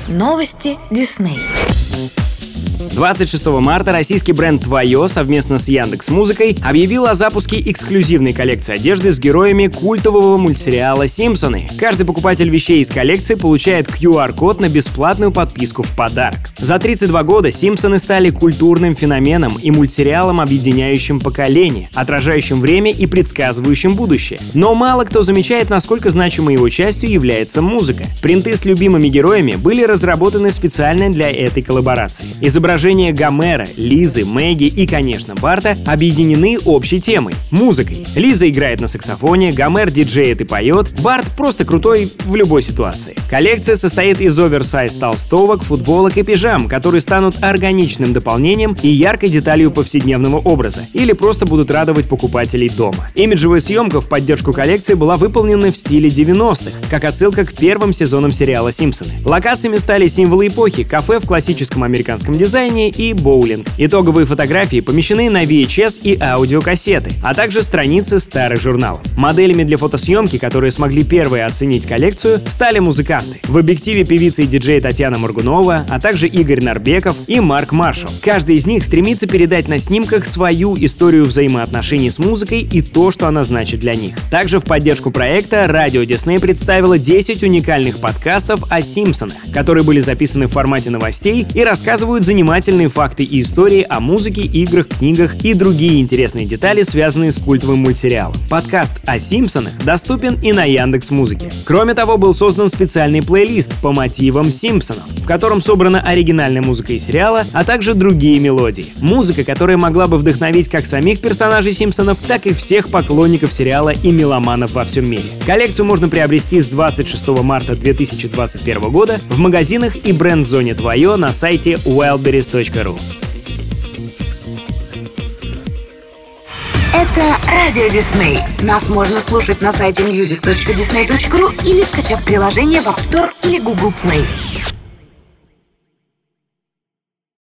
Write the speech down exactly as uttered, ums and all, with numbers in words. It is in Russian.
Новости Дисней. двадцать шестого марта российский бренд «Твое» совместно с Яндекс.Музыкой объявил о запуске эксклюзивной коллекции одежды с героями культового мультсериала «Симпсоны». Каждый покупатель вещей из коллекции получает ку ар-код на бесплатную подписку в подарок. За тридцать два года «Симпсоны» стали культурным феноменом и мультсериалом, объединяющим поколения, отражающим время и предсказывающим будущее. Но мало кто замечает, насколько значимой его частью является музыка. Принты с любимыми героями были разработаны специально для этой коллаборации. Изображения Гомера, Лизы, Мэгги и, конечно, Барта объединены общей темой — музыкой. Лиза играет на саксофоне, Гомер диджеет и поет, Барт просто крутой в любой ситуации. Коллекция состоит из оверсайз толстовок, футболок и пижам, которые станут органичным дополнением и яркой деталью повседневного образа, или просто будут радовать покупателей дома. Имиджевая съемка в поддержку коллекции была выполнена в стиле девяностых, как отсылка к первым сезонам сериала «Симпсоны». Локациями стали символы эпохи, кафе в классическом американском дизайне и боулинг. Итоговые фотографии помещены на ви эйч эс и аудиокассеты, а также страницы старых журналов. Моделями для фотосъемки, которые смогли первые оценить коллекцию, стали музыканты. В объективе певица и диджей Татьяна Моргунова, а также Игорь Нарбеков и Марк Маршалл. Каждый из них стремится передать на снимках свою историю взаимоотношений с музыкой и то, что она значит для них. Также в поддержку проекта Радио Дисней представила десять уникальных подкастов о «Симпсонах», которые были записаны в формате новостей и рассказывают занимательные факты и истории о музыке, играх, книгах и другие интересные детали, связанные с культовым мультсериалом. Подкаст о «Симпсонах» доступен и на Яндекс.Музыке. Кроме того, был создан специальный плейлист по мотивам «Симпсонов», в котором собрана оригинальная музыка из сериала, а также другие мелодии. Музыка, которая могла бы вдохновить как самих персонажей «Симпсонов», так и всех поклонников сериала и меломанов во всем мире. Коллекцию можно приобрести с двадцать шестого марта две тысячи двадцать первого года в магазинах и бренд-зоне «Твое» на сайте wildberries точка ру. Это Радио Дисней. Нас можно слушать на сайте мьюзик точка дисней точка ру или скачав приложение в App Store или Google Play.